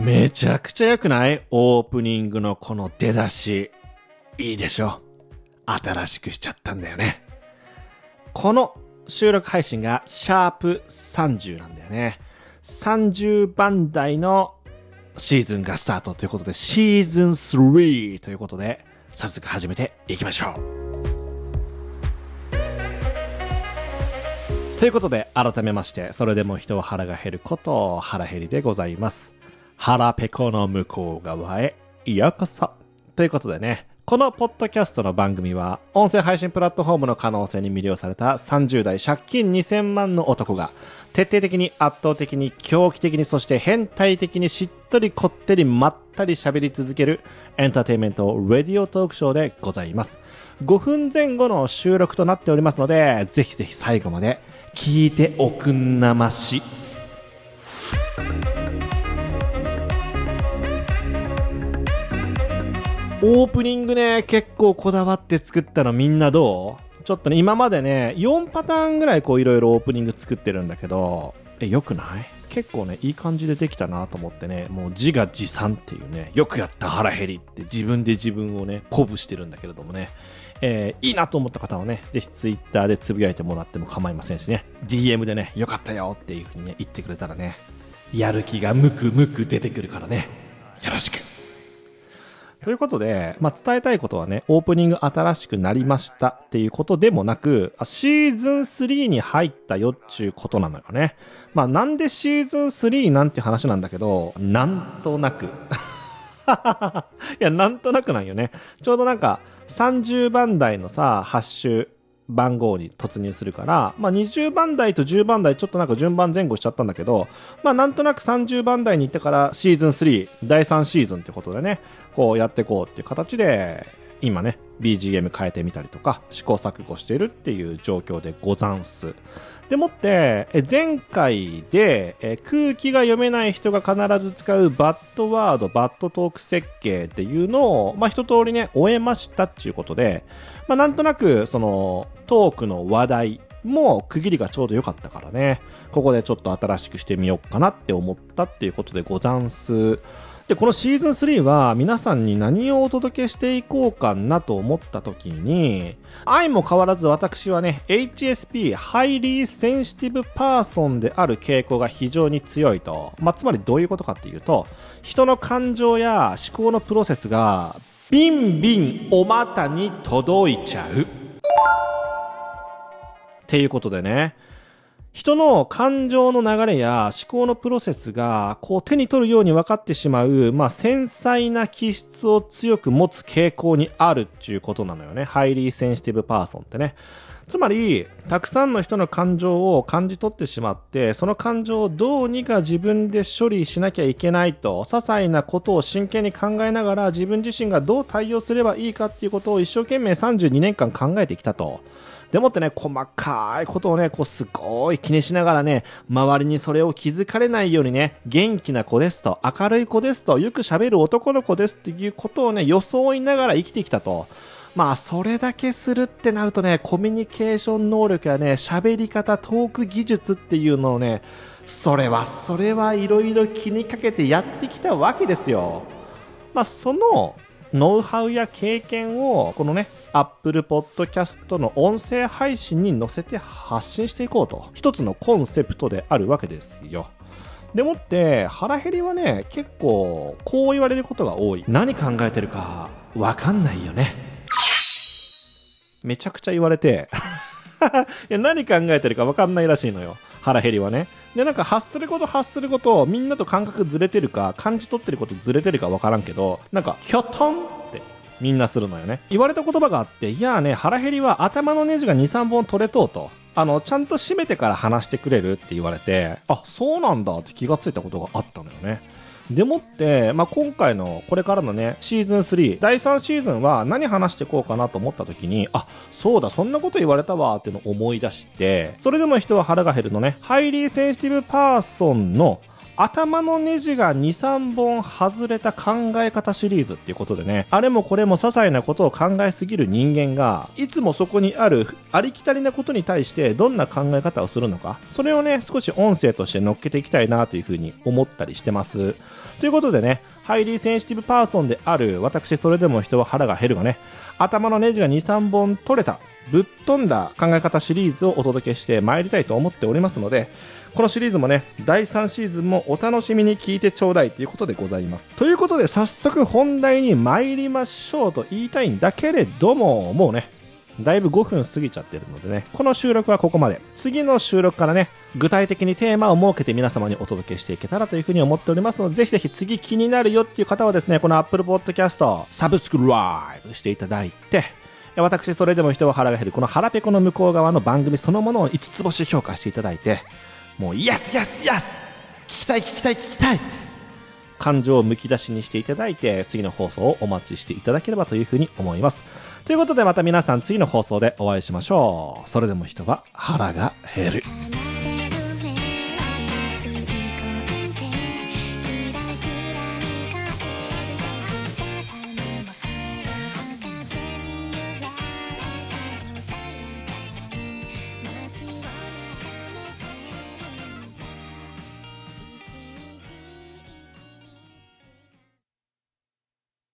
めちゃくちゃ良くない？オープニングのこの出だし。いいでしょ？新しくしちゃったんだよね。この収録配信がシャープ30なんだよね。30番台のシーズンがスタートということで、シーズン3ということで、早速始めていきましょう。ということで、改めまして、それでも人は腹が減ること腹減りでございます。腹ペコの向こう側へようこそ。ということでね、このポッドキャストの番組は、音声配信プラットフォームの可能性に魅了された30代借金2000万の男が、徹底的に圧倒的に狂気的にそして変態的にしっとりこってりまったり喋り続けるエンターテインメントラディオトークショーでございます。5分前後の収録となっておりますので、ぜひぜひ最後まで聞いておくんなまし。オープニングね、結構こだわって作ったのみんなどう？ちょっとね、今までね、4パターンぐらいこういろいろオープニング作ってるんだけど、よくない？結構ね、いい感じでできたなと思ってね、もう自画自賛っていうね、よくやった腹減りって自分で自分をね、鼓舞してるんだけれどもね、いいなと思った方はね、ぜひツイッターでつぶやいてもらっても構いませんしね、DM でね、よかったよっていう風にね、言ってくれたらね、やる気がムクムク出てくるからね、よろしく。ということで、伝えたいことはね、オープニング新しくなりましたっていうことでもなく、シーズン3に入ったよっちゅうことなのよね。なんでシーズン3なんて話なんだけど、なんとなく。いや、なんとなくなんよね。ちょうどなんか、30番台のさ、ハッシュ番号に突入するから、20番台と10番台ちょっとなんか順番前後しちゃったんだけど、なんとなく30番台に行ってからシーズン3、第3シーズンってことでね、こうやっていこうっていう形で、今ね、BGM 変えてみたりとか、試行錯誤しているっていう状況でござんす。でもって、前回で、空気が読めない人が必ず使うバッドワード、バッドトーク設計っていうのを、一通りね、終えましたっていうことで、なんとなく、その、トークの話題も区切りがちょうど良かったからね、ここでちょっと新しくしてみようかなって思ったっていうことでござんす。で、このシーズン3は皆さんに何をお届けしていこうかなと思った時に、相も変わらず私はね、HSP、ハイリーセンシティブパーソンである傾向が非常に強いと。つまりどういうことかっていうと、人の感情や思考のプロセスがビンビンお股に届いちゃう。っていうことでね、人の感情の流れや思考のプロセスがこう手に取るように分かってしまう、繊細な気質を強く持つ傾向にあるっていうことなのよね。ハイリーセンシティブパーソンってね。つまり、たくさんの人の感情を感じ取ってしまって、その感情をどうにか自分で処理しなきゃいけないと、些細なことを真剣に考えながら自分自身がどう対応すればいいかっていうことを一生懸命32年間考えてきたと。でもってね、細かいことをね、こうすごい気にしながらね、周りにそれを気づかれないようにね、元気な子ですと、明るい子ですと、よく喋る男の子ですっていうことをね、装いながら生きてきたと。それだけするってなるとね、コミュニケーション能力やね、喋り方、トーク技術っていうのをね、それはいろいろ気にかけてやってきたわけですよ。そのノウハウや経験をこのね、Apple Podcast の音声配信に載せて発信していこうと、一つのコンセプトであるわけですよ。でもって腹減りはね、結構こう言われることが多い。何考えてるかわかんないよね。めちゃくちゃ言われていや、何考えてるかわかんないらしいのよ、腹減りはね。で、なんか発することみんなと感覚ずれてるか感じ取ってることずれてるかわからんけど、なんかキョトンってみんなするのよね。言われた言葉があって、いやーね、腹減りは頭のネジが 2,3 本取れとうと、ちゃんと締めてから話してくれるって言われて、あ、そうなんだって気がついたことがあったのよね。でもって、今回のこれからのね、シーズン3、第3シーズンは何話していこうかなと思った時に、あ、そうだ、そんなこと言われたわっていうのを思い出して、それでも人は腹が減るのね、ハイリーセンシティブパーソンの頭のネジが2、3本外れた考え方シリーズっていうことでね、あれもこれも些細なことを考えすぎる人間が、いつもそこにあるありきたりなことに対してどんな考え方をするのか、それをね、少し音声として乗っけていきたいなというふうに思ったりしてます。ということでね、ハイリーセンシティブパーソンである私、それでも人は腹が減るがね、頭のネジが2、3本取れた、ぶっ飛んだ考え方シリーズをお届けしてまいりたいと思っておりますので、このシリーズもね、第3シーズンもお楽しみに聞いてちょうだいということでございます。ということで早速本題に参りましょうと言いたいんだけれども、もうね、だいぶ5分過ぎちゃってるのでね、この収録はここまで。次の収録からね、具体的にテーマを設けて皆様にお届けしていけたらというふうに思っておりますので、ぜひぜひ次気になるよっていう方はですね、この Apple Podcast サブスクライブしていただいて、私それでも人は腹が減るこの腹ペコの向こう側の番組そのものを5つ星評価していただいて、もうイエスイエスイエス、聞きたい聞きたい聞きたいって感情をむき出しにしていただいて、次の放送をお待ちしていただければというふうに思います。ということでまた皆さん次の放送でお会いしましょう。それでも人は腹が減る。